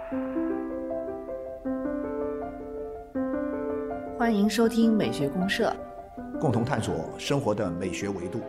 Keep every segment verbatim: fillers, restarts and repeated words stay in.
欢迎收听美学公社， 共同探索生活的美学维度。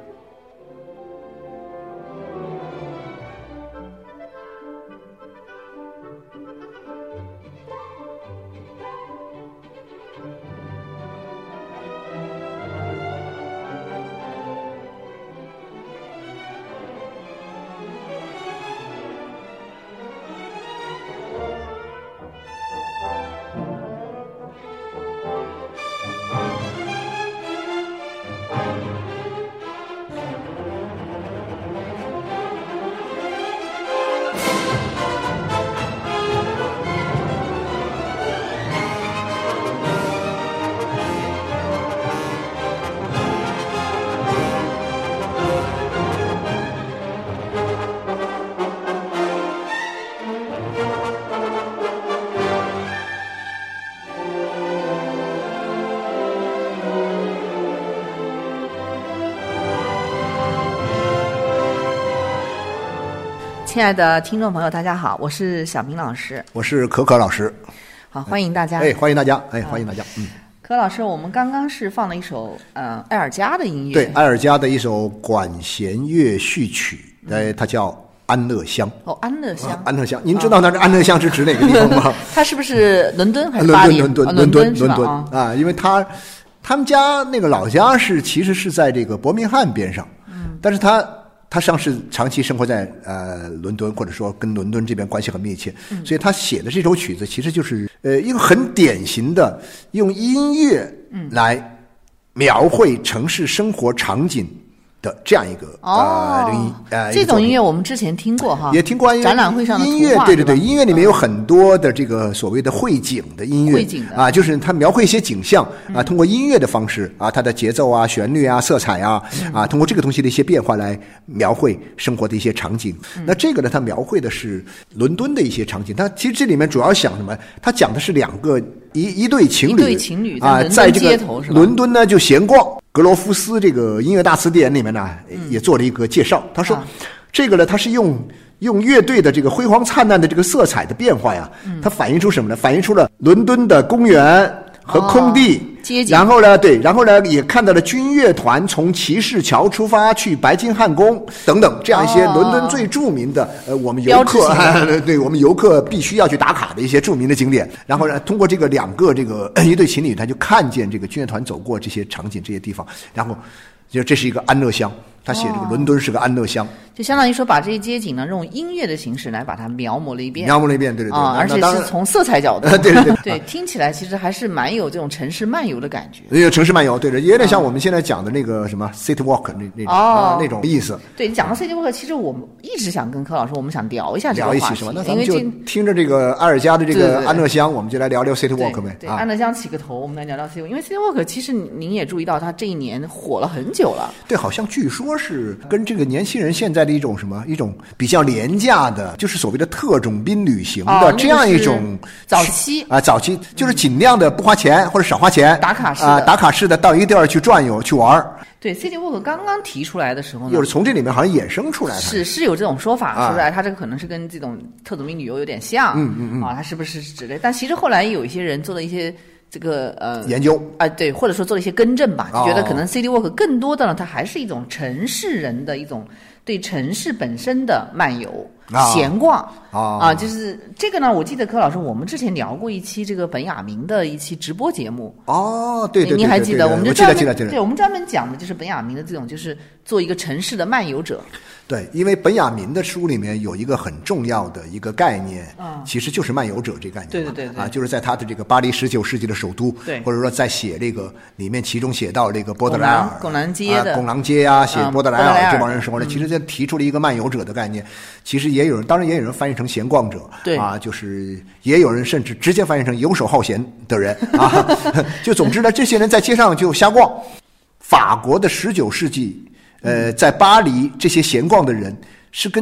亲爱的听众朋友，大家好，我是小明老师， 我是可可老师。 好，欢迎大家。 哎，欢迎大家，哎，欢迎大家。嗯， 可老师，我们刚刚是放了一首呃埃尔加的音乐， 对，埃尔加的一首管弦乐序曲，呃，它叫《安乐乡》。 哦，安乐乡， 啊、安乐乡，您知道它是安乐乡是指哪个地方吗？ 它是不是伦敦还是巴黎？ 伦敦，伦敦，伦敦啊，因为他他们家那个老家是其实是在这个伯明翰边上，嗯，但是他。他实际上是长期生活在呃伦敦，或者说跟伦敦这边关系很密切，嗯、所以他写的这首曲子其实就是呃一个很典型的用音乐来描绘城市生活场景的这样一个、 哦、 呃呃这种音乐我们之前听过哈， 也听过展览会上的音乐，对对对，音乐里面有很多的这个所谓的绘景的音乐， 绘景的啊，就是它描绘一些景象啊，通过音乐的方式啊，它的节奏啊、旋律啊、色彩啊啊，通过这个东西的一些变化来描绘生活的一些场景。嗯、那这个呢，它描绘的是伦敦的一些场景。它其实这里面主要讲什么？它讲的是两个一一对情侣， 一对情侣啊， 在这个伦敦呢就闲逛。格罗夫斯这个音乐大词典里面呢，也做了一个介绍。他说，这个呢，它是用用乐队的这个辉煌灿烂的这个色彩的变化呀，它反映出什么呢？反映出了伦敦的公园和空地。 街景， 然后呢，对，然后呢，也看到了军乐团从骑士桥出发去白金汉宫等等这样一些伦敦最著名的、哦、呃，我们游客、啊、对我们游客必须要去打卡的一些著名的景点。然后呢，通过这个两个这个一对情侣，他就看见这个军乐团走过这些场景、这些地方，然后就这是一个安乐乡。他写这个伦敦是个安乐乡、哦， 就相当于说把这些街景呢，用音乐的形式来把它描摹了一遍， 描摹了一遍，对对对， 啊、而且是从色彩角度， 对对对， 对，听起来其实还是蛮有这种城市漫游的感觉。 有城市漫游，对的，有点像我们现在讲的那个什么 City Walk 那那种、 哦啊、那种意思。 对，你讲到 City Walk， 其实我们一直想跟柯老师，我们想聊一下这个话题， 聊一起什么？那咱们就听着这个埃尔加的这个安乐乡，我们就来聊聊 City Walk 呗。 对，对啊、安乐乡起个头，我们来聊聊 City Walk， 因为 City Walk 其实您也注意到，它这一年火了很久了。 对，好像据说是跟这个年轻人现在的一种什么一种比较廉价的，就是所谓的特种兵旅行的、哦、这样一种早期啊，早期就是尽量的不花钱或者少花钱， 打卡式啊，打卡式的到一个地儿去转悠去玩。 对 ，City Walk 刚刚提出来的时候呢， 又是从这里面好像衍生出来的， 是是有这种说法，说出来它这个可能是跟这种特种兵旅游有点像， 嗯嗯嗯， 啊，它是不是之类？但其实后来有一些人做了一些这个呃研究啊、呃，对，或者说做了一些更正吧，就觉得可能 City Walk 更多的呢，它还是一种城市人的一种对城市本身的漫游。 啊、 闲逛啊啊，就是这个呢。我记得柯老师，我们之前聊过一期这个本雅明的一期直播节目。 哦，对对对， 您还记得？我们就记得记得记得。 对，我们专门讲的就是本雅明的这种，就是做一个城市的漫游者。 对，因为本雅明的书里面有一个很重要的一个概念，嗯，其实就是漫游者这个概念。 对对对对。 啊，就是在他的这个巴黎十九世纪的首都， 对， 或者说在写这个里面，其中写到这个波德莱尔、 拱廊街的拱廊街啊，写波德莱尔这帮人生活的，其实就提出了一个漫游者的概念。其实也有人，当然也有人翻译成闲逛者， 对啊，就是也有人甚至直接翻译成游手好闲的人啊。就总之呢，这些人在街上就瞎逛。法国的十九世纪，呃，在巴黎这些闲逛的人是跟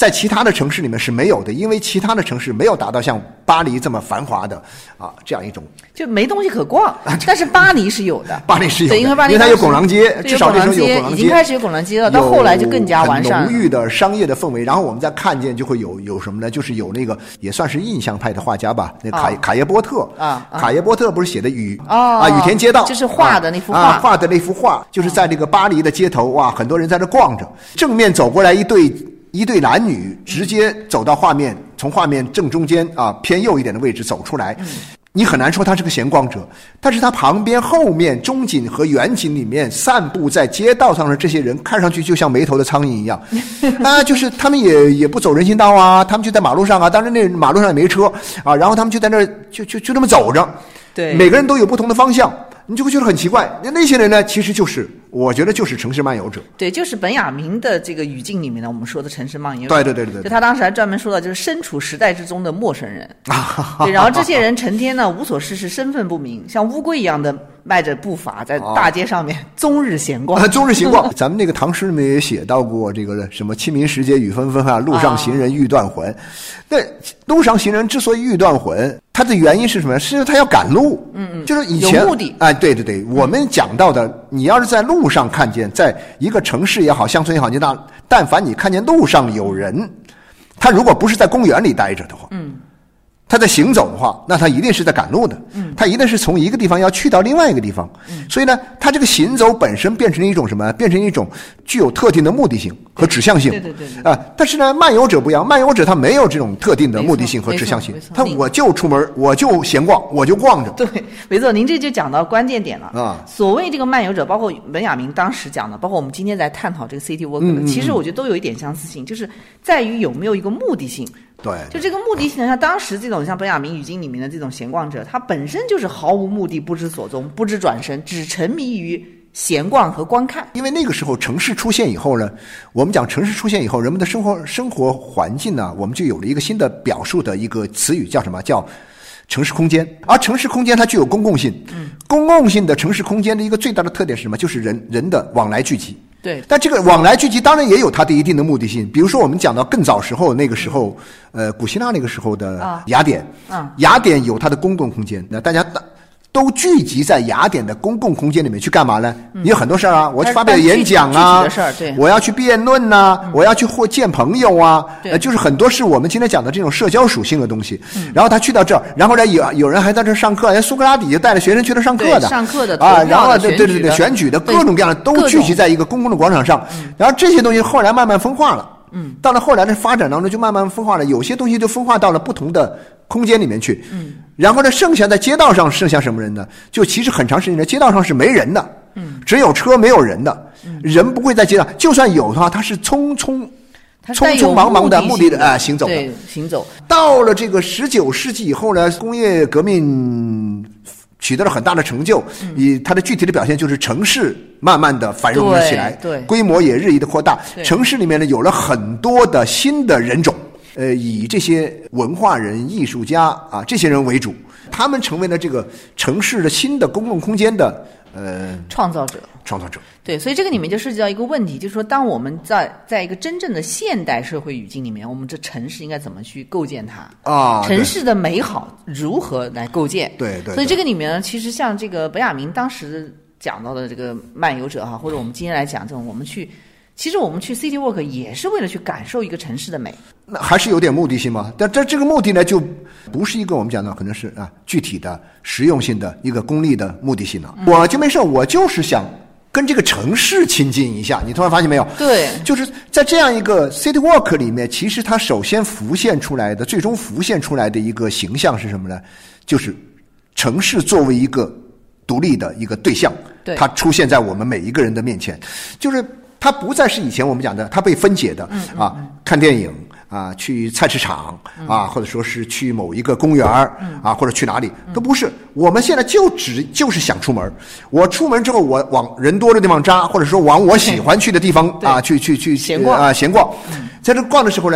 在其他的城市里面是没有的，因为其他的城市没有达到像巴黎这么繁华的啊这样一种， 就没东西可逛。但是巴黎是有的， 巴黎是有的， 对，因为巴黎因为它有拱廊街，至少那时候有拱廊街， 已经开始有拱廊街了，到后来就更加完善了， 浓郁的商业的氛围。然后我们再看见就会有有什么呢？就是有那个也算是印象派的画家吧，那卡、哦、卡耶波特啊， 卡耶波特不是写的雨、 哦、 啊雨田街道， 就是画的那幅画， 啊、画的那幅画，就是在这个巴黎的街头，哇，很多人在这逛着，正面走过来一对。一对男女直接走到画面，从画面正中间啊偏右一点的位置走出来，你很难说他是个闲逛者，但是他旁边后面中景和远景里面散步在街道上的这些人，看上去就像没头的苍蝇一样啊，就是他们也也不走人行道啊，他们就在马路上啊，当然那马路上也没车啊，然后他们就在那儿就就就这么走着， 对， 每个人都有不同的方向。你就会觉得很奇怪，那那些人呢，其实就是我觉得就是城市漫游者。 对，就是本雅明的这个语境里面呢，我们说的城市漫游者。 对对对对对。 就他当时还专门说到，就是身处时代之中的陌生人。对，然后这些人成天呢无所事事，身份不明，像乌龟一样的迈着步伐在大街上面终日闲逛。 终日闲逛。咱们那个唐诗里面也写到过这个什么清明时节雨纷纷啊，路上行人欲断魂。那、啊、路上行人之所以欲断魂，它的原因是什么？是他要赶路。 嗯嗯。 就是以前有目的。 哎，对对对，我们讲到的，嗯、你要是在路上看见，在一个城市也好，乡村也好，你但但凡你看见路上有人，他如果不是在公园里待着的话， 嗯。 他在行走的话，那他一定是在赶路的。嗯，他一定是从一个地方要去到另外一个地方。嗯，所以呢，他这个行走本身变成了一种什么？变成一种具有特定的目的性和指向性。 对对对对。 啊、呃，但是呢，漫游者不一样，漫游者他没有这种特定的目的性和指向性，他我就出门，我就闲逛，我就逛着。 对，没错，您这就讲到关键点了啊。 所谓这个漫游者，包括本雅明当时讲的，包括我们今天在探讨这个 city walk 的、嗯嗯嗯，其实我觉得都有一点相似性，就是在于有没有一个目的性。 对， 就这个目的性，像当时这种像本雅明语境里面的这种闲逛者，他本身就是毫无目的、不知所踪、不知转身，只沉迷于闲逛和观看。 因为那个时候城市出现以后呢，我们讲城市出现以后，人们的生活生活环境呢，我们就有了一个新的表述的一个词语，叫什么？叫城市空间。而城市空间它具有公共性，嗯，公共性的城市空间的一个最大的特点是什么？就是人人的往来聚集。 对， 但这个往来聚集当然也有它的一定的目的性。比如说我们讲到更早时候那个时候，嗯、呃，古希腊那个时候的雅典， 啊、 雅典有它的公共空间，那大家都聚集在雅典的公共空间里面去干嘛呢？嗯、你有很多事儿啊，我去发表演讲啊，我要去辩论呐、啊嗯，我要去或见朋友啊，呃，就是很多是我们今天讲的这种社交属性的东西。嗯、然后他去到这儿，然后呢，有有人还在这上课，人苏格拉底就带着学生去了上课的， 上课的啊，然后对对对对，选举的各种各样的都聚集在一个公共的广场上，然后这些东西后来慢慢分化了。嗯，到了后来的发展当中就慢慢分化了，有些东西就分化到了不同的空间里面去。嗯，然后呢，剩下在街道上剩下什么人呢？就其实很长时间的街道上是没人的，嗯，只有车没有人的，嗯，人不会在街上，就算有的话，他是匆匆。匆匆忙忙的目的的啊、呃、行走的， 对，行走。 到了这个十九世纪以后呢，工业革命取得了很大的成就，嗯、以它的具体的表现就是城市慢慢的繁荣了起来， 对，对规模也日益的扩大。城市里面呢有了很多的新的人种，呃，以这些文化人、艺术家啊这些人为主，他们成为了这个城市的新的公共空间的呃创造者。 创造者。 对，所以这个里面就涉及到一个问题，就是说，当我们在在一个真正的现代社会语境里面，我们这城市应该怎么去构建它啊？ 城市的美好如何来构建？ 对 对, 对。 所以这个里面呢，其实像这个本雅明当时讲到的这个漫游者哈，或者我们今天来讲这种，我们去，其实我们去 city walk 也是为了去感受一个城市的美。 那还是有点目的性嘛？但这这个目的呢，就不是一个我们讲的可能是啊具体的实用性的一个功利的目的性了。嗯、我就没事，我就是想跟这个城市亲近一下，你突然发现没有？ 对， 就是在这样一个 city walk 里面，其实它首先浮现出来的，最终浮现出来的一个形象是什么呢？就是城市作为一个独立的一个对象， 对， 它出现在我们每一个人的面前，就是它不再是以前我们讲的，它被分解的、 嗯嗯、 啊，看电影。啊，去菜市场啊，或者说是去某一个公园啊，或者去哪里都不是。我们现在就只就是想出门，我出门之后，我往人多的地方扎，或者说往我喜欢去的地方啊，去去去闲逛啊，闲逛。在这逛的时候呢，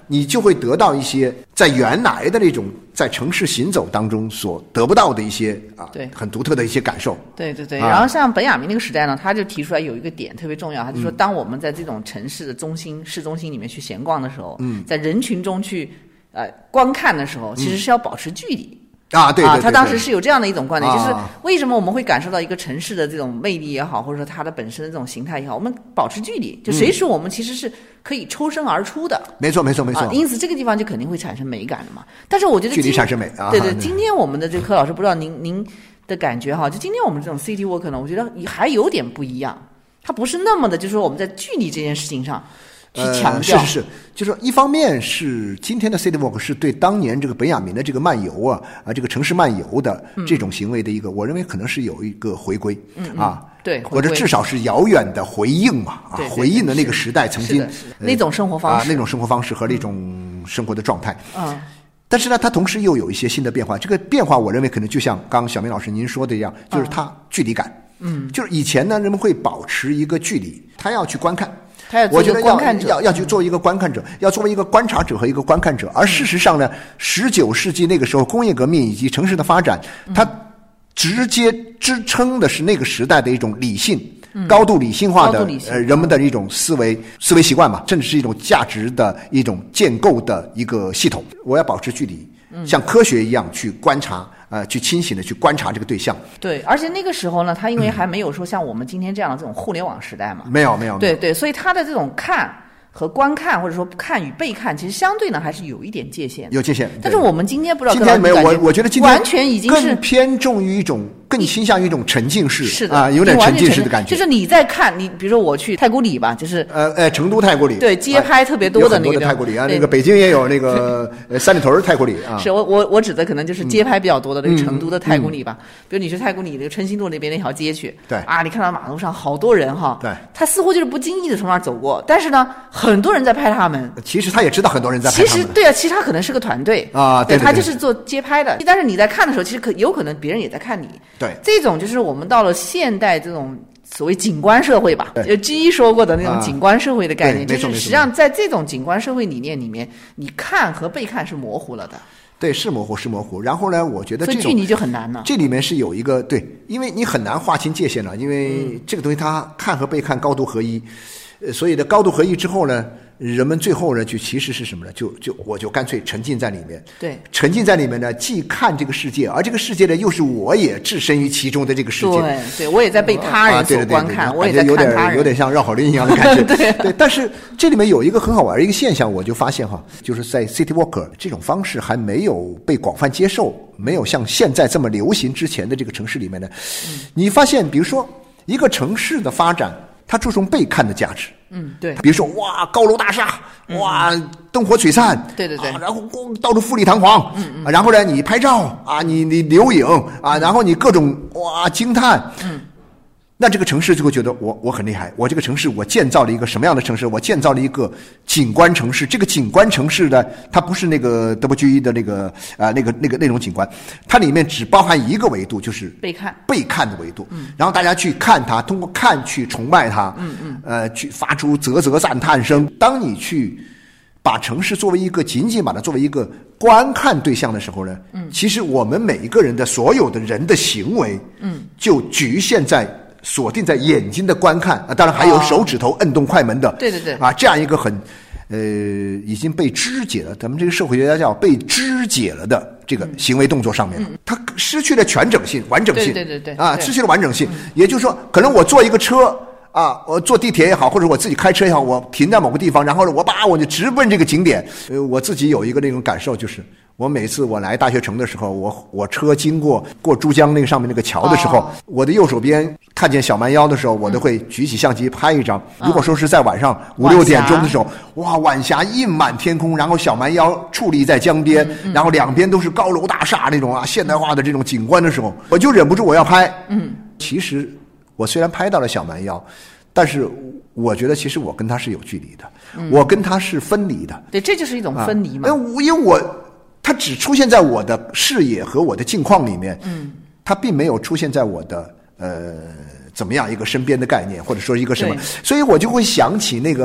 你就会得到一些在原来的那种在城市行走当中所得不到的一些啊， 对， 很独特的一些感受。 对对对。 啊、 然后像本雅明那个时代呢，他就提出来有一个点特别重要，他就说，当我们在这种城市的中心、市中心里面去闲逛的时候，嗯，在人群中去呃观看的时候，其实是要保持距离。 嗯、啊，对 对, 对, 对, 对， 他当时是有这样的一种观点， 啊、 就是为什么我们会感受到一个城市的这种魅力也好，或者说它的本身的这种形态也好，我们保持距离，就随时我们其实是可以抽身而出的。 没错，没错，没错、 啊。因此这个地方就肯定会产生美感的嘛。但是我觉得距离产生美啊。 对对，今天我们的这个柯老师，不知道您您的感觉哈，就今天我们这种 city walk 呢，我觉得还有点不一样，它不是那么的，就是说我们在距离这件事情上。去强调、 呃、是是是，就是说一方面是今天的 City Walk 是对当年这个本雅明的这个漫游啊啊这个城市漫游的这种行为的一个，嗯、我认为可能是有一个回归、 嗯嗯、 啊， 对， 或者至少是遥远的回应嘛啊， 对对对， 回应的那个时代曾经、呃、 那种生活方式、 啊、那种生活方式和那种生活的状态。 嗯。 但是呢，它同时又有一些新的变化。这个变化，我认为可能就像刚刚小明老师您说的一样，就是它距离感。 嗯， 就是以前呢，人们会保持一个距离，他要去观看。 他要做一个观看者， 要要去做一个观看者，嗯、要作为一个观察者和一个观看者。而事实上呢，十九世纪那个时候，工业革命以及城市的发展，它直接支撑的是那个时代的一种理性、嗯、高度理性化的呃人们的一种思维思维习惯嘛，甚至是一种价值的一种建构的一个系统。我要保持距离，嗯、像科学一样去观察。呃，去清醒的去观察这个对象。 对，而且那个时候呢，他因为还没有说像我们今天这样的这种互联网时代嘛， 没有没有。 对对，所以他的这种看和观看，或者说看与被看，其实相对呢还是有一点界限。 有界限。 但是我们今天不知道， 今天没有，我我觉得今天完全已经是更偏重于一种。更倾向于一种沉浸式， 是的啊，有点沉浸式的感觉。 就是你在看，你比如说我去太古里吧，就是呃呃，成都太古里， 对，街拍特别多的那个、 啊、有很多的太古里啊，那个北京也有那个呃三里屯太古里啊。 是我我我指的可能就是街拍比较多的那个成都的太古里吧。嗯嗯、比如你去太古里那个春熙路那边那条街去， 对啊，你看到马路上好多人哈， 对， 他似乎就是不经意的从那儿走过，但是呢，很多人在拍他们。 其实他也知道很多人在拍他们。 其实对啊，其实他可能是个团队啊，对, 对, 对, 对，他就是做街拍的。但是你在看的时候，其实可有可能别人也在看你。 对， 这种就是我们到了现代这种所谓景观社会吧，就 G 说过的那种景观社会的概念， 啊、 就是实际上在这种景观社会理念里面，你看和被看是模糊了的。 对，是模糊，是模糊。然后呢，我觉得这种所以距离就很难了。 这里面是有一个对，因为你很难划清界限了，因为这个东西它看和被看高度合一，呃，所以的高度合一之后呢。人们最后呢，就其实是什么呢？就就我就干脆沉浸在里面， 对， 沉浸在里面呢，既看这个世界，而这个世界呢，又是我也置身于其中的这个世界。 对，对我也在被他人所观看， 啊、 我也在看他人， 有点有点像绕口令一样的感觉。 对、啊、 对，但是这里面有一个很好玩的一个现象，我就发现哈，就是在 City Walker 这种方式还没有被广泛接受，没有像现在这么流行之前的这个城市里面呢，嗯、你发现，比如说一个城市的发展。它注重被看的价值， 嗯，对， 比如说哇，高楼大厦，哇，灯火璀璨， 对对对， 啊、然后到处富丽堂皇， 嗯嗯， 啊、然后呢，你拍照啊，你你留影啊，然后你各种哇惊叹， 嗯。 那这个城市就会觉得我我很厉害，我这个城市我建造了一个什么样的城市？我建造了一个景观城市。这个景观城市呢，它不是那个德伯居一的那个啊、呃、那个那个那种景观，它里面只包含一个维度，就是被看被看的维度。 嗯， 然后大家去看它，通过看去崇拜它， 嗯嗯， 呃，去发出啧啧赞叹声。当你去把城市作为一个仅仅把它作为一个观看对象的时候呢， 嗯， 其实我们每一个人的所有的人的行为， 嗯， 就局限在。锁定在眼睛的观看啊，当然还有手指头摁动快门的， 哦、对对对啊，这样一个很呃已经被肢解了，咱们这个社会学家叫被肢解了的这个行为动作上面， 嗯、 它失去了全整性、完整性， 对对对对啊， 对失去了完整性。 嗯、 也就是说，可能我坐一个车啊，我坐地铁也好，或者我自己开车也好，我停在某个地方，然后呢，我叭我就直奔这个景点。呃，我自己有一个那种感受，就是我每次我来大学城的时候，我我车经过过珠江那个上面那个桥的时候， 哦、 我的右手边看见小蛮腰的时候，我都会举起相机拍一张。嗯、如果说是在晚上五六点钟的时候，哇，晚霞映满天空，然后小蛮腰矗立在江边， 嗯嗯、 然后两边都是高楼大厦那种啊现代化的这种景观的时候，我就忍不住我要拍。 嗯， 其实我虽然拍到了小蛮腰，但是我觉得其实我跟他是有距离的， 嗯、 我跟他是分离的。 对，这就是一种分离嘛。 啊、因为我他只出现在我的视野和我的境况里面， 嗯， 他并没有出现在我的呃怎么样一个身边的概念，或者说一个什么，所以我就会想起那个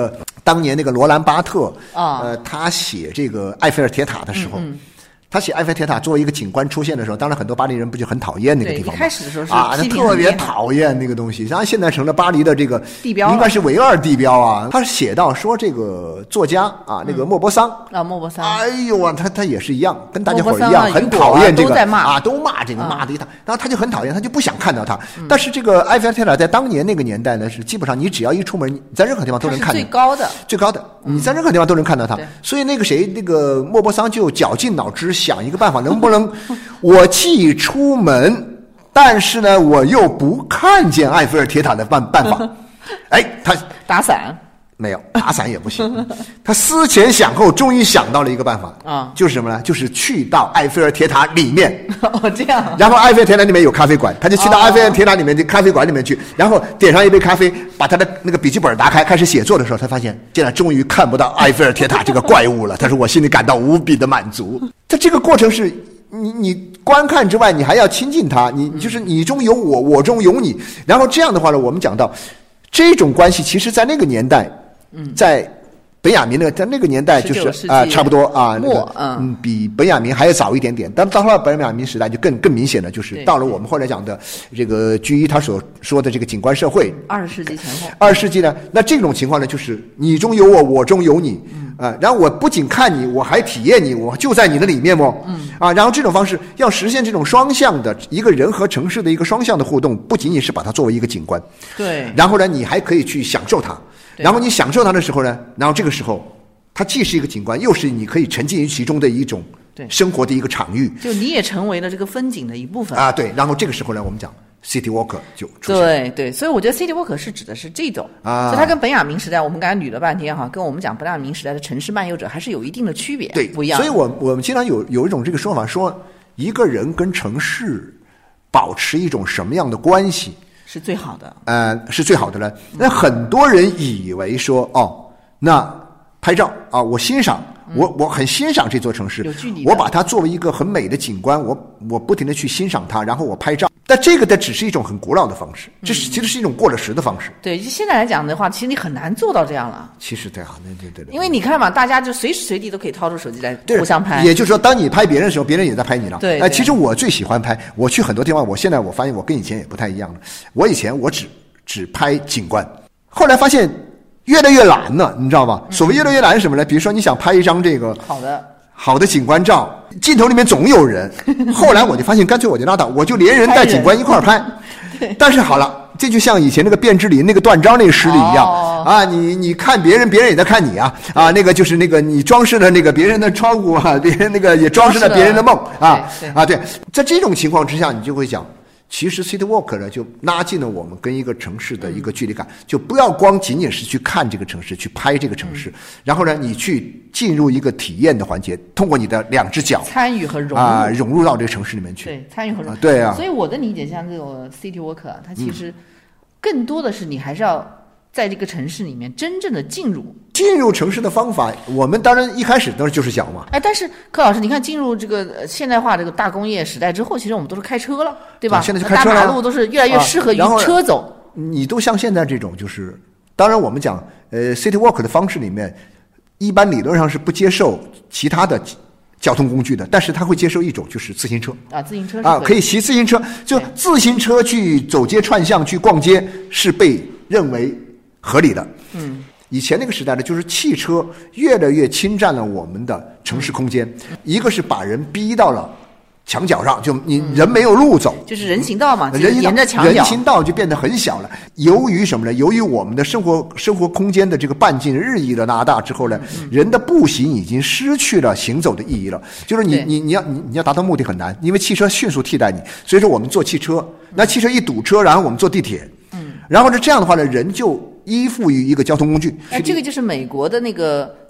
当年那个罗兰巴特啊， 呃，他写这个埃菲尔铁塔的时候。嗯嗯他写埃菲尔铁塔作为一个景观出现的时候，当然很多巴黎人不就很讨厌那个地方吗？ 一开始的时候是啊，他特别讨厌那个东西，然后现在成了巴黎的这个地标， 应该是唯二地标啊。他写到说这个作家啊，那个莫泊桑、 嗯、啊，莫泊桑， 哎呦啊，他他也是一样，跟大家伙一样，很讨厌这个啊，都骂这个骂的一塌。然后他就很讨厌，他就不想看到他。嗯、但是这个埃菲尔铁塔在当年那个年代呢，是基本上你只要一出门，你在任何地方都能看到， 最高的， 最高的，你在任何地方都能看到它。嗯、所以那个谁，那个莫泊桑就绞尽脑汁想一个办法，能不能我既出门，但是呢我又不看见埃菲尔铁塔的办办法。哎，他打伞没有，打伞也不行。他思前想后，终于想到了一个办法啊， 就是什么呢？就是去到埃菲尔铁塔里面。 哦，这样。 然后埃菲尔铁塔里面有咖啡馆，他就去到埃菲尔铁塔里面的咖啡馆里面去，然后点上一杯咖啡，把他的那个笔记本打开，开始写作的时候，他发现现在终于看不到埃菲尔铁塔这个怪物了。他说：“我心里感到无比的满足。”他这个过程是。你你观看之外，你还要亲近他，你就是你中有我，我中有你。然后这样的话呢，我们讲到这种关系，其实在那个年代，在本雅明那个在那个年代就是啊、呃，差不多啊，那个嗯，比本雅明还要早一点点。但到了本雅明时代，就更更明显了，就是到了我们后来讲的这个居一他所说的这个景观社会， 二十世纪前后。 二十世纪呢，那这种情况呢，就是你中有我，我中有你。啊，然后我不仅看你，我还体验你，我就在你的里面哦。嗯。啊，然后这种方式要实现这种双向的一个人和城市的一个双向的互动，不仅仅是把它作为一个景观。 对。 然后呢，你还可以去享受它。然后你享受它的时候呢，然后这个时候，它既是一个景观，又是你可以沉浸于其中的一种生活的一个场域。 就你也成为了这个风景的一部分。 啊，对。然后这个时候呢，我们讲。City Walker 就出现。 对对，所以我觉得 City Walker 是指的是这种啊，所以它跟本雅明时代，我们刚才捋了半天哈，跟我们讲本雅明时代的城市漫游者还是有一定的区别， 对， 不一样。 所以我我们经常有有一种这个说法，说一个人跟城市保持一种什么样的关系是最好的？ 呃，是最好的呢？那很多人以为说，哦，那拍照啊，我欣赏。我我很欣赏这座城市，我把它作为一个很美的景观，我我不停的去欣赏它，然后我拍照。但这个它只是一种很古老的方式，这是其实是一种过了时的方式。 对，就现在来讲的话，其实你很难做到这样了。 其实对啊，对对对。 因为你看嘛，大家就随时随地都可以掏出手机来互相拍。 也就是说，当你拍别人的时候，别人也在拍你了。 对。 哎，其实我最喜欢拍，我去很多地方，我现在我发现我跟以前也不太一样了。我以前我只只拍景观，后来发现。越来越懒了，你知道吧？所谓越来越懒是什么呢？比如说你想拍一张这个好的好的景观照，镜头里面总有人。后来我就发现，干脆我就拉倒，我就连人带景观一块儿拍。但是好了，这就像以前那个卞之琳那个断章那个诗里一样、哦、啊，你你看别人，别人也在看你啊啊，那个就是那个你装饰了那个别人的窗户啊，别人那个也装饰了别人的梦啊啊，对，在这种情况之下，你就会讲。其实 City Walk 呢，就拉近了我们跟一个城市的一个距离感，就不要光仅仅是去看这个城市，去拍这个城市，然后呢，你去进入一个体验的环节，通过你的两只脚参与和融入啊、呃，融入到这个城市里面去。 对，参与和融入、 啊。对啊。 所以我的理解，像这种 City Walk， 它其实更多的是你还是要在这个城市里面真正的进入。 进入城市的方法，我们当然一开始都是就是脚嘛。 哎，但是柯老师，你看进入这个现代化这个大工业时代之后，其实我们都是开车了，对吧？ 现在就开车了， 大马路都是越来越适合于车走。 啊、你都像现在这种，就是当然我们讲呃 City Walk 的方式里面，一般理论上是不接受其他的交通工具的，但是他会接受一种就是自行车啊，自行车啊，可以骑自行车，就自行车去走街串巷去逛街是被认为合理的。 嗯。 以前那个时代呢，就是汽车越来越侵占了我们的城市空间，一个是把人逼到了墙角上，就你人没有路走， 嗯、就是人行道嘛， 人行沿着墙角， 人行道就变得很小了。由于什么呢？由于我们的生活生活空间的这个半径日益的拉大之后呢，嗯、人的步行已经失去了行走的意义了。就是你你你要你你要达到目的很难，因为汽车迅速替代你，所以说我们坐汽车，那汽车一堵车，然后我们坐地铁，嗯，然后呢这样的话呢，人就依附于一个交通工具。 哎，这个就是美国的那个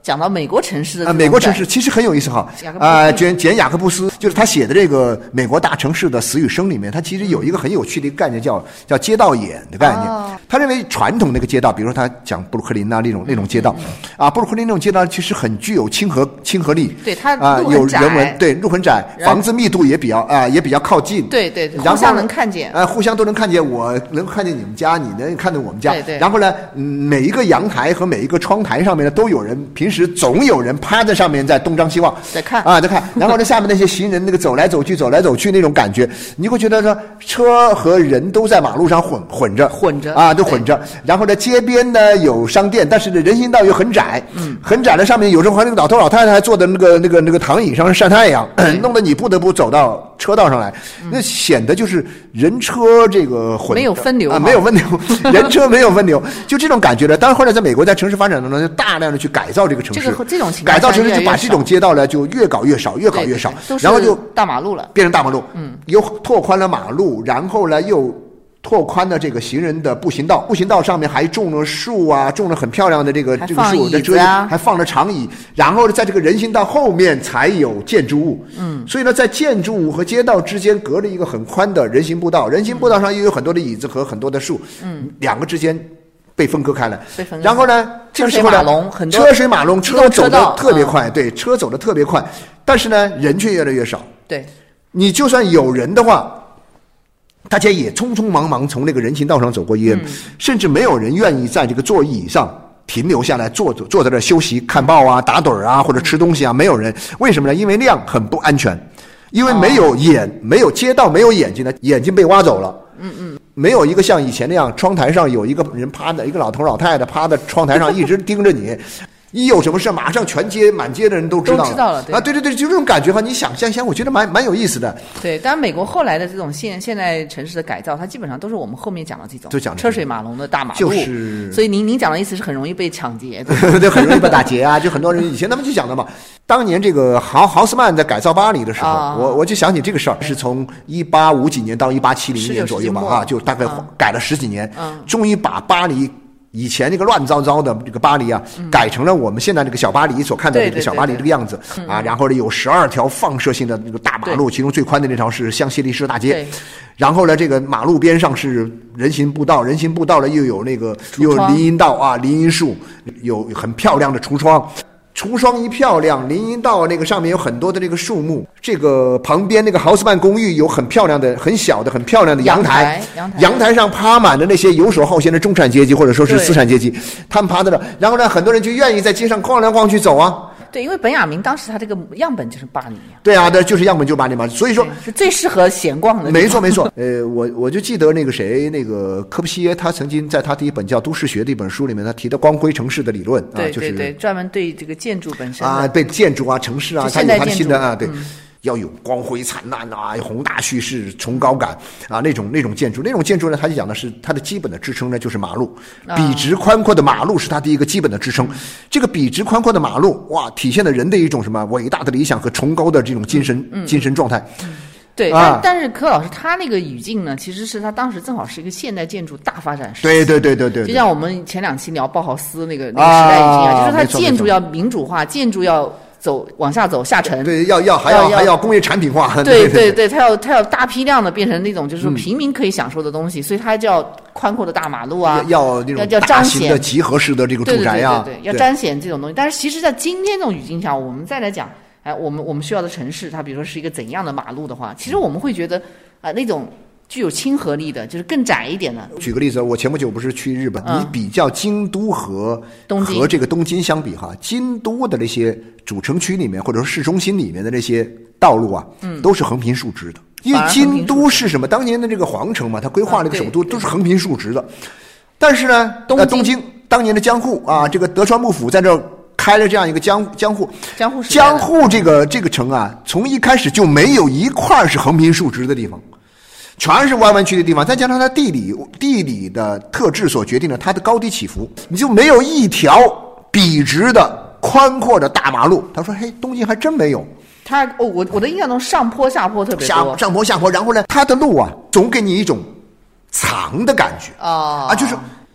讲到美国城市的啊，美国城市其实很有意思哈。啊，简简雅各布斯就是他写的这个美国大城市的死与生里面，他其实有一个很有趣的一个概念叫叫街道眼的概念。哦、他认为传统那个街道，比如说他讲布鲁克林啊那种那种街道，嗯、啊，布鲁克林那种街道其实很具有亲和亲和力。 对，它啊有人文，对，路很窄，房子密度也比较啊也比较靠近。 对对对，互相能看见。 啊，互相都能看见，我能看见你们家，你能看见我们家。 对对。 然后呢，嗯，每一个阳台和每一个窗台上面呢，都有人，平时总有人趴在上面在东张西望， 在看啊，在看。然后呢，下面那些行人那个走来走去，走来走去那种感觉，你会觉得说车和人都在马路上混混着， 混着啊，都混着。然后呢，街边呢有商店，但是呢人行道又很窄，嗯，很窄的上面有时候还那个老头老太太还坐在那个那个那个躺椅上晒太阳，弄得你不得不走到车道上来，那显得就是人车这个混没有分流啊，没有分流，人车没有分流，就这种感觉了。当然后来在美国在城市发展当中，就大量的去改造这个城市， 这个这种情况改造城市就把这种街道呢就越搞越少，越搞越少，然后就大马路了， 变成大马路，嗯，又拓宽了马路，然后呢又拓宽了这个行人的步行道，步行道上面还种了树啊，种了很漂亮的这个这个树的遮啊， 还放了长椅，然后呢，在这个人行道后面才有建筑物，嗯，所以呢，在建筑物和街道之间隔了一个很宽的人行步道，人行步道上又有很多的椅子和很多的树，嗯，两个之间被分割开了， 被分割。 然后呢，这个时候呢，车水马龙，车走的特别快，对，车走的特别快，但是呢，人却越来越少， 对， 你就算有人的话。大家也匆匆忙忙从那个人行道上走过一遍，嗯、甚至没有人愿意在这个座椅上停留下来，坐坐在这休息、看报啊、打盹啊，或者吃东西啊，没有人。为什么呢？因为那样很不安全，因为没有眼，哦、没有街道，没有眼睛的，眼睛被挖走了。嗯嗯，没有一个像以前那样，窗台上有一个人趴在，一个老头老太太趴在窗台上一直盯着你。一有什么事，马上全街满街的人都知道了， 都知道了，对啊，对对对，就这种感觉哈，你想象一下，我觉得蛮蛮有意思的。 对，当然美国后来的这种现现代城市的改造，它基本上都是我们后面讲的这种， 就讲车水马龙的大马路， 就是。 所以您您讲的意思是很容易被抢劫， 对，对，很容易被打劫啊！就很多人以前他们就讲的嘛，当年这个豪豪斯曼在改造巴黎的时候，啊、我我就想起这个事儿，是从一八五几年到一八七零年左右吧，啊，就大概改了十几年，嗯、终于把巴黎。以前那个乱糟糟的这个巴黎啊，嗯、改成了我们现在这个小巴黎所看到的这个小巴黎这个样子啊。然后呢，有十二条放射性的那个大马路，其中最宽的那条是香榭丽舍大街。然后呢，这个马路边上是人行步道，人行步道呢又有那个又有林荫道啊，林荫树，有很漂亮的橱窗。橱窗一漂亮，林荫道那个上面有很多的这个树木，这个旁边那个豪斯曼公寓有很漂亮的、很小的、很漂亮的阳台， 阳台， 阳台上趴满了那些游手好闲的中产阶级或者说是资产阶级，他们趴在这，然后呢，很多人就愿意在街上逛来逛去走啊。 对，因为本雅明当时他这个样本就是巴黎呀。 对啊，对，就是样本就是巴黎嘛，所以说是最适合闲逛的。 没错没错，呃，我我就记得那个谁，那个科布西耶，他曾经在他第一本叫《都市学》的一本书里面，他提到光辉城市的理论啊， 对就是对对，专门对这个建筑本身啊，对建筑啊、城市啊，他有他的新的啊，对。 嗯要有光辉灿烂啊，宏大叙事、崇高感啊，那种那种建筑，那种建筑呢，他就讲的是它的基本的支撑呢，就是马路，笔直宽阔的马路是它的一个基本的支撑。这个笔直宽阔的马路，哇，体现了人的一种什么伟大的理想和崇高的这种精神、嗯、精神状态。 对，但但是柯老师他那个语境呢，其实是他当时正好是一个现代建筑大发展时期。 对对对对 对, 对， 就像我们前两期聊包豪斯那个那个时代语境啊，就是它建筑要民主化，建筑要。走往下走下沉， 对，要要还要还要工业产品化， 对对对，它要它要大批量的变成那种就是说平民可以享受的东西，嗯、所以它就要宽阔的大马路啊， 要那种大型的集合式的这个住宅呀， 对对对对，要彰显这种东西。但是其实，在今天这种语境下，我们再来讲，哎，我们我们需要的城市，它比如说是一个怎样的马路的话，其实我们会觉得啊、呃，那种。具有亲和力的，就是更窄一点的。 举个例子，我前不久不是去日本，嗯、你比较京都和东京和这个东京相比哈，京都的这些主城区里面或者说市中心里面的这些道路啊，嗯、都是横平竖直的。因为京都是什么？当年的这个皇城嘛，它规划这个首都都是横平竖直的。但是呢， 东京、 呃、东京当年的江户啊，这个德川幕府在这儿开了这样一个江江户， 江户江户这个这个城啊，从一开始就没有一块是横平竖直的地方。全是弯弯曲的地方，再加上它地理地理的特质所决定了它的高低起伏，你就没有一条笔直的宽阔的大马路。他说：“嘿，东京还真没有。” 他哦，我我的印象中上坡下坡特别多， 下上坡下坡，然后呢，它的路啊，总给你一种长的感觉啊、 啊，就是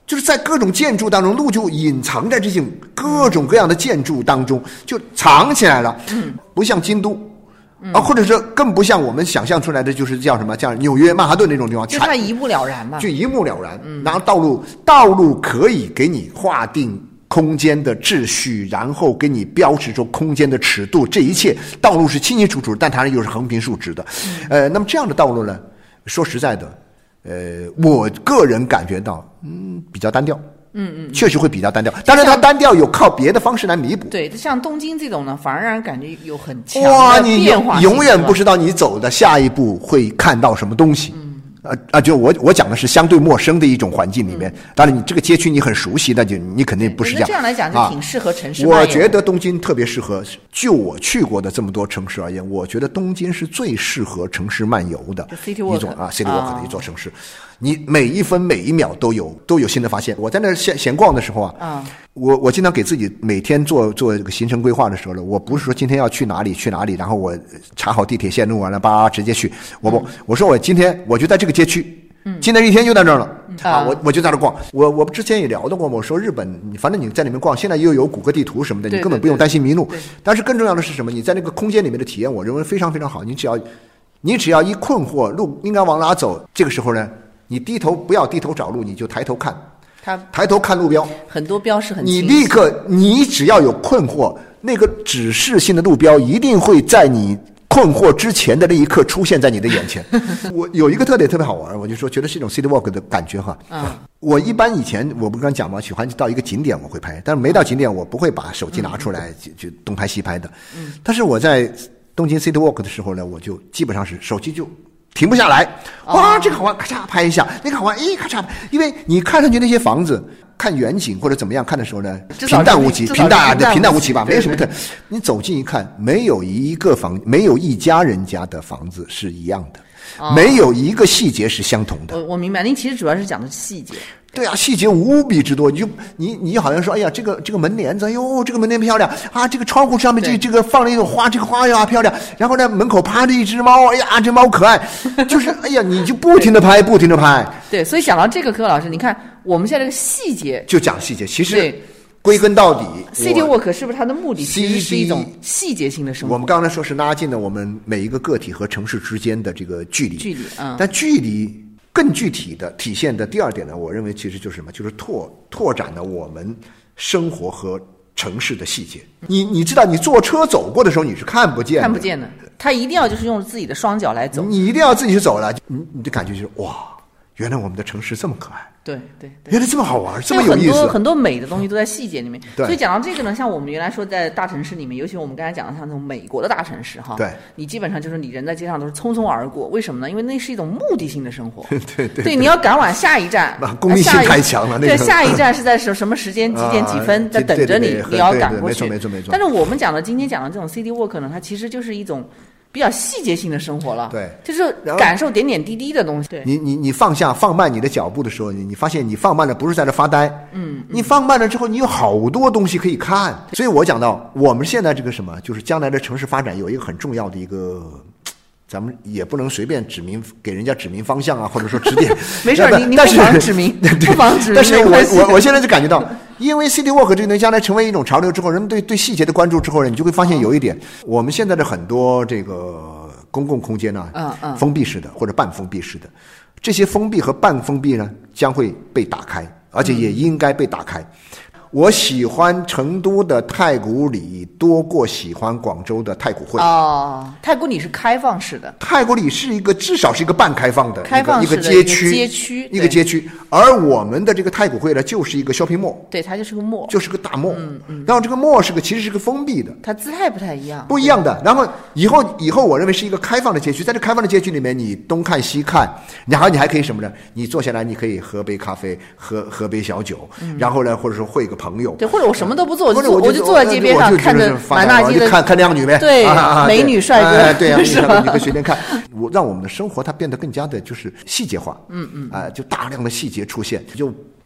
就是在各种建筑当中，路就隐藏在这些各种各样的建筑当中，就藏起来了。嗯，不像京都。啊，或者是更不像我们想象出来的，就是叫什么，像纽约曼哈顿那种地方， 就它一目了然嘛， 就一目了然。嗯，然后道路道路可以给你划定空间的秩序，然后给你标识出空间的尺度，这一切道路是清清楚楚，但它又是横平竖直的。嗯、呃，那么这样的道路呢，说实在的，呃，我个人感觉到，嗯，比较单调。嗯嗯，确实会比较单调，当然它单调有靠别的方式来弥补。 对，像东京这种呢，反而让人感觉有很强的变化性。 哇，你永远不知道你走的下一步会看到什么东西。嗯。啊啊！就我我讲的是相对陌生的一种环境里面，嗯、当然你这个街区你很熟悉，那就你肯定不是这样。 这样来讲就挺适合城市漫游、 啊。我觉得东京特别适合，就我去过的这么多城市而言，我觉得东京是最适合城市漫游的一种啊 ，city walk 的一座城市。你每一分每一秒都有都有新的发现。我在那闲闲逛的时候啊，嗯、我我经常给自己每天做做这个行程规划的时候呢，我不是说今天要去哪里去哪里，然后我查好地铁线路完了，叭直接去。我不，嗯、我说我今天我就在这个街区。嗯，今天一天就在这儿了、嗯、啊！我我就在这逛。我我之前也聊到过，我说日本，反正你在里面逛，现在又有谷歌地图什么的，你根本不用担心迷路。但是更重要的是什么？你在那个空间里面的体验，我认为非常非常好。你只要你只要一困惑路应该往哪走，这个时候呢，你低头不要低头找路，你就抬头看， 他抬头看路标， 很多标识很清晰。 你立刻，你只要有困惑，那个指示性的路标一定会在你困惑之前的那一刻出现在你的眼前。我有一个特点特别好玩，我就说觉得是一种 city walk 的感觉哈。嗯，我一般以前我不刚讲嘛，喜欢到一个景点我会拍，但是没到景点我不会把手机拿出来就就东拍西拍的。嗯，但是我在东京 city walk 的时候呢，我就基本上是手机就停不下来，哇，这个好玩，咔嚓拍一下，那个好玩，咦，咔嚓，因为你看上去那些房子。看远景或者怎么样看的时候呢，平淡无奇，平淡啊，平淡无奇吧，没有什么特。你走近一看，没有一个房，没有一家人家的房子是一样的，哦、没有一个细节是相同的。 我我明白，您其实主要是讲的细节。 对啊，细节无比之多。你就你你好像说，哎呀，这个这个门帘子，哎呦，这个门帘漂亮啊，这个窗户上面这这个放了一朵花，这个花呀漂亮。然后呢，门口趴着一只猫，哎呀，这猫可爱。就是哎呀，你就不停的拍，不停的拍。 对，所以讲到这个，柯老师，你看我们现在这个细节， 就讲细节，其实归根到底 ，City Walk 是不是它的目的其实是一种细节性的生活？ 我们刚才说是拉近了我们每一个个体和城市之间的这个距离， 距离，嗯， 但距离。更具体的体现的第二点呢，我认为其实就是什么？就是拓拓展了我们生活和城市的细节。你你知道，你坐车走过的时候你是看不见的， 看不见的。他一定要就是用自己的双脚来走， 你一定要自己去走了，你你的感觉就是哇，原来我们的城市这么可爱。 对对对， 原来这么好玩，这么有意思。 很多很多美的东西都在细节里面。所以讲到这个呢，像我们原来说在大城市里面，尤其我们刚才讲的像这种美国的大城市哈， 对， 你基本上就是你人在街上都是匆匆而过。为什么呢？因为那是一种目的性的生活。 对对 对, 对，你要赶往下一站， 功利性太强了。那对，下一站是在什什么时间几点几分在等着你，你要赶过去。 没错没错没错。 但是我们讲的今天讲的这种 city walk 呢，它其实就是一种比较细节性的生活了， 对， 就是感受点点滴滴的东西。对， 你你你放下放慢你的脚步的时候，你你发现你放慢了不是在这发呆，嗯，嗯你放慢了之后，你有好多东西可以看。所以我讲到我们现在这个什么，就是将来的城市发展有一个很重要的一个。咱们也不能随便指明给人家指明方向啊，或者说指点。 没事，你你不妨指明，不妨指明。 但是我我我现在就感觉到，因为 City Walk 这个将来成为一种潮流之后，人们对对细节的关注之后呢，你就会发现有一点，我们现在的很多这个公共空间呢、啊，嗯嗯，封闭式的或者半封闭式的，这些封闭和半封闭呢，将会被打开，而且也应该被打开。我喜欢成都的太古里多过喜欢广州的太古汇。 哦，太古里是开放式的， 太古里是一个至少是一个半开放的开放式的一个街区， 街区一个街区。而我们的这个太古汇呢，就是一个 shopping mall， 对，它就是个 mall， 就是个大 mall。 嗯嗯。 然后这个 mall 是个其实是个封闭的， 它姿态不太一样， 不一样的。然后以后以后我认为是一个开放的街区，在这开放的街区里面，你东看西看，然后你还可以什么呢？你坐下来，你可以喝杯咖啡，喝喝杯小酒，嗯、然后呢，或者说会个朋友， 对，或者我什么都不做，我就我就坐在街边上看着满大街的看看靓女呗， 对，啊、美女帅哥， 哎、对啊，你你可以随便看。我让我们的生活它变得更加的就是细节化，嗯嗯，啊、呃，就大量的细节出现，就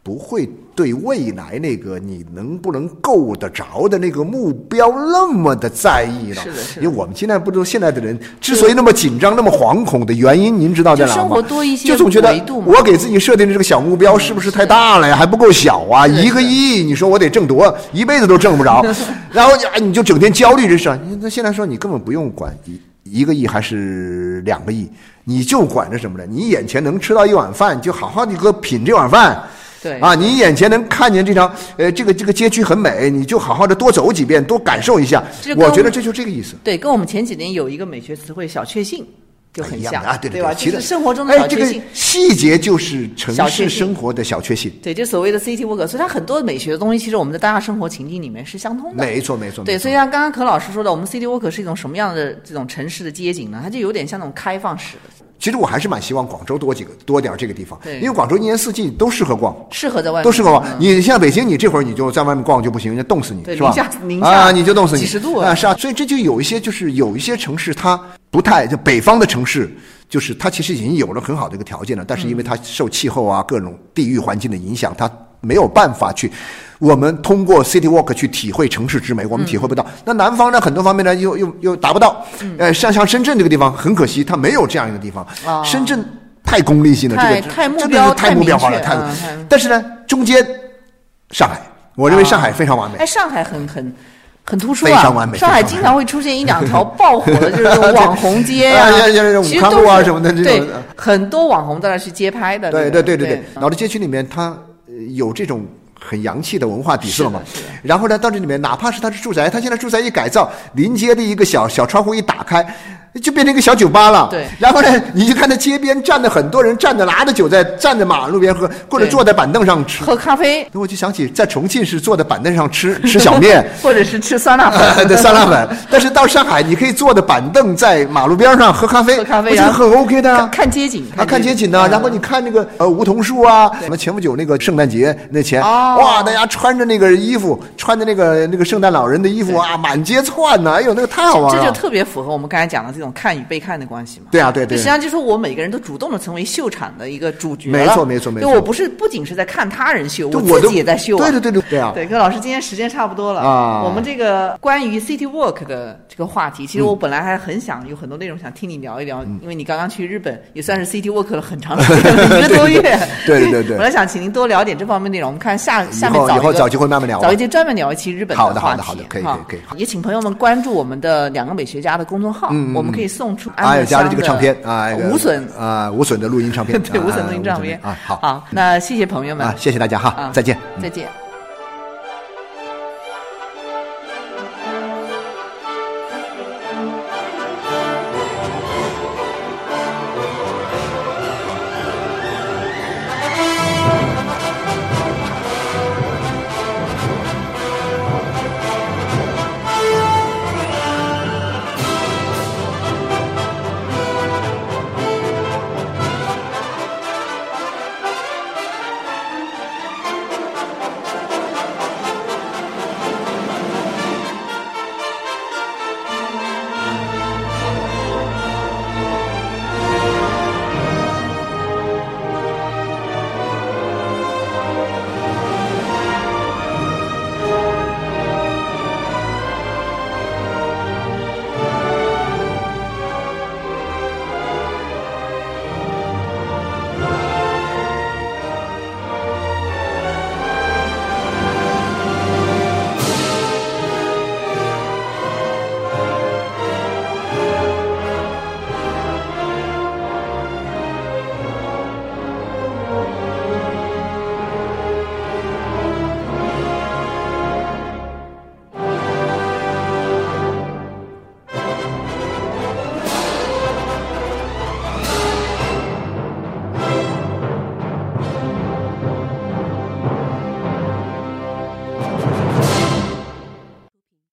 不会对未来那个你能不能够得着的那个目标那么的在意了。 是的，是的。 因为我们现在不知道现在的人之所以那么紧张、那么惶恐的原因，您知道在哪吗？ 就生活多一些就总觉得维度嘛我给自己设定的这个小目标是不是太大了呀？还不够小啊！一个亿，你说我得挣多，一辈子都挣不着。然后你就整天焦虑这事。那现在说你根本不用管一一个亿还是两个亿，你就管着什么呢？你眼前能吃到一碗饭，就好好的个品这碗饭。 对啊，你眼前能看见这条呃这个这个街区很美，你就好好的多走几遍，多感受一下。我觉得这就这个意思。 对，跟我们前几年有一个美学词汇“小确幸”就很像啊，对对吧？ 其实生活中的小确幸， 哎，这个细节就是城市生活的小确幸。 对，就所谓的 city walk， 所以它很多美学的东西，其实我们在大家生活情境里面是相通的。 没错，没错。 对，所以像刚刚可老师说的，我们 city walk 是一种什么样的这种城市的街景呢？它就有点像那种开放式的。 其实我还是蛮希望广州多几个多点这个地方， 对， 因为广州一年四季都适合逛， 适合在外面， 都适合逛。嗯、你像北京，你这会儿你就在外面逛就不行，人家冻死你， 对是吧？ 零下零下啊，你就冻死你， 几十度啊，是啊。所以这就有一些就是有一些城市它不太，就北方的城市，就是它其实已经有了很好的一个条件了，但是因为它受气候啊各种地域环境的影响，它没有办法去。我们通过 City Walk 去体会城市之美，我们体会不到。嗯、那南方呢，很多方面呢又又又达不到。嗯、呃，像像深圳这个地方，很可惜它没有这样一个地方。 哦、 深圳太功利性了， 太这个太目标太目标化了，太。 嗯、 但是呢，中间上海，我认为上海非常完美。 哎，上海很很。很突出啊！ 非常完美。 上海经常会出现一两条爆火的，就是网红街呀、 啊，像武康路啊什么的这种， 对，很多网红在那去街拍的。 对对对对对，然后这街区里面它有这种很洋气的文化底色嘛。然后呢，到这里面，哪怕是它是住宅，它现在住宅一改造，临街的一个小小窗户一打开。就变成一个小酒吧了， 对。 然后呢，你就看到街边站着很多人，站着拿着酒在站在马路边喝，或者坐在板凳上吃喝咖啡。 那我就想起在重庆是坐在板凳上吃吃小面， 或者是吃酸辣粉， 对酸辣粉。但是到上海，你可以坐的板凳在马路边上喝咖啡， 喝咖啡， 我觉得很 OK 的。 看, 看街景啊，看街景呢。然后你看那个呃梧桐树啊，什么前不久那个圣诞节那前， 哦、 哇，大家穿着那个衣服，穿着那个那个圣诞老人的衣服啊，满街窜呢，哎呦，那个太好玩了。 这就特别符合我们刚才讲的这种看与被看的关系嘛。 对啊，对对。 实际上就是说我每个人都主动的成为秀场的一个主角了。 没错，没错，没错。 对，我不是不仅是在看他人秀， 我自己也在秀、啊。 对对对对对啊！ 对，柯老师，今天时间差不多了啊。 我们这个关于 City Walk 的这个话题，其实我本来还很想有很多内容想听你聊一聊，嗯、因为你刚刚去日本，也算是 City Walk 了很长时间了，一个多月。 对对对对。 本来想请您多聊点这方面内容，我们看下下面找以后找机会慢慢聊， 找一期专门聊一期日本的话题。 好的好的好的，可以可以可以。 也请朋友们关注我们的两个美学家的公众号， 嗯嗯我们可以送出安乐乡的这个唱片啊。 无损啊，无损的录音唱片， 对，无损录音唱片啊，好， 好，那谢谢朋友们啊，谢谢大家哈，再见， 再见。